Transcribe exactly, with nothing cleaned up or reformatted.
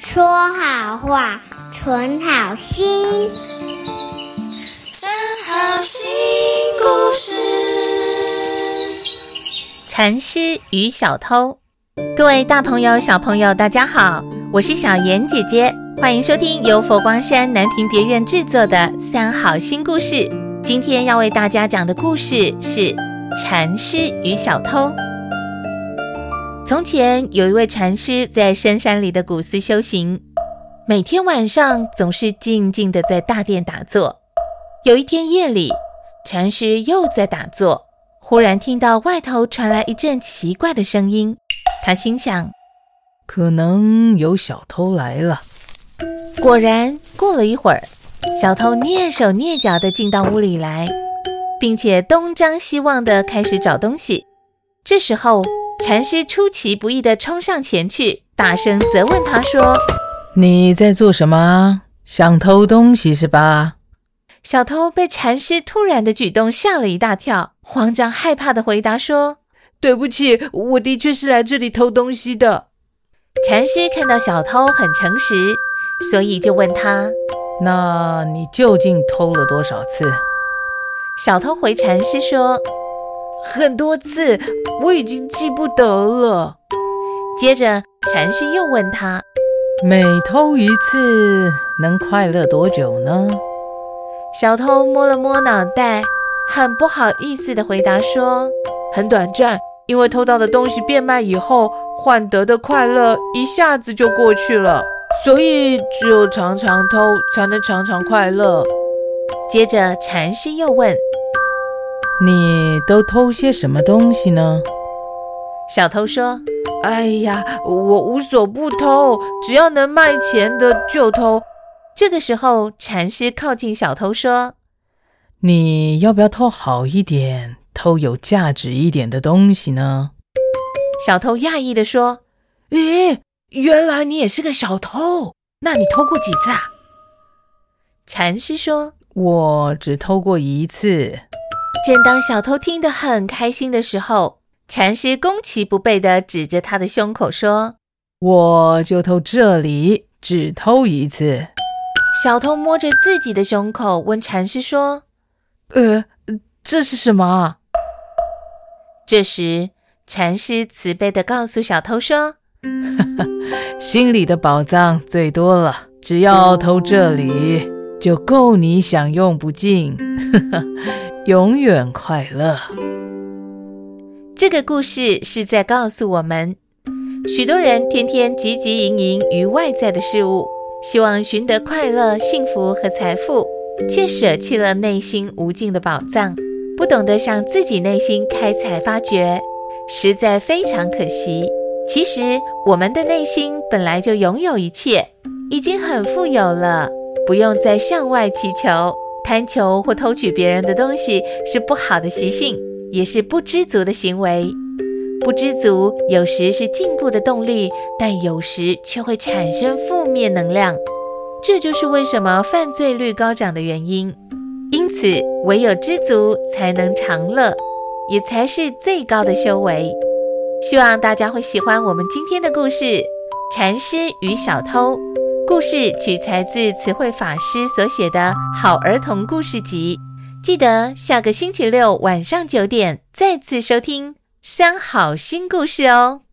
说好话，存好心。 三好新故事。 禅师与小偷。各位大朋友小朋友大家好，我是小妍姐姐，欢迎收听由佛光山南屏别院制作的三好新故事。今天要为大家讲的故事是禅师与小偷。从前有一位禅师在深山里的古寺修行，每天晚上总是静静地在大殿打坐。有一天夜里，禅师又在打坐，忽然听到外头传来一阵奇怪的声音，他心想， 可能有小偷来了。 果然过了一会儿，小偷蹑手蹑脚地进到屋里来，并且东张西望地开始找东西。这时候禅师出其不意地冲上前去，大声责问他说， 你在做什么？想偷东西是吧？ 小偷被禅师突然的举动吓了一大跳，慌张害怕地回答说， 对不起，我的确是来这里偷东西的。 禅师看到小偷很诚实，所以就问他， 那你究竟偷了多少次？ 小偷回禅师说， 很多次，我已经记不得了。 接着禅师又问他， 每偷一次能快乐多久呢？ 小偷摸了摸脑袋，很不好意思地回答说， 很短暂，因为偷到的东西变卖以后，换得的快乐一下子就过去了，所以只有常常偷才能常常快乐。 接着禅师又问， 你都偷些什么东西呢？ 小偷说， 哎呀，我无所不偷，只要能卖钱的就偷。 这个时候禅师靠近小偷说， 你要不要偷好一点，偷有价值一点的东西呢？ 小偷讶异地说， 咦，原来你也是个小偷，那你偷过几次啊？ 禅师说， 我只偷过一次。 正当小偷听得很开心的时候，禅师攻其不备地指着他的胸口说， 我就偷这里，只偷一次。 小偷摸着自己的胸口问禅师说， 呃，这是什么啊？ 这时禅师慈悲地告诉小偷说， 心里的宝藏最多了，只要偷这里就够你享用不尽，永远快乐。 这个故事是在告诉我们，许多人天天汲汲营营于外在的事物，希望寻得快乐、幸福和财富，却舍弃了内心无尽的宝藏，不懂得向自己内心开采发掘，实在非常可惜。其实我们的内心本来就拥有一切，已经很富有了，不用再向外祈求。贪求或偷取别人的东西是不好的习性，也是不知足的行为。不知足有时是进步的动力，但有时却会产生负面能量，这就是为什么犯罪率高涨的原因。因此唯有知足才能长乐，也才是最高的修为。希望大家会喜欢我们今天的故事，禅师与小偷。故事取材自慈惠法师所写的好儿童故事集。记得下个星期六晚上九点再次收听三好新故事哦。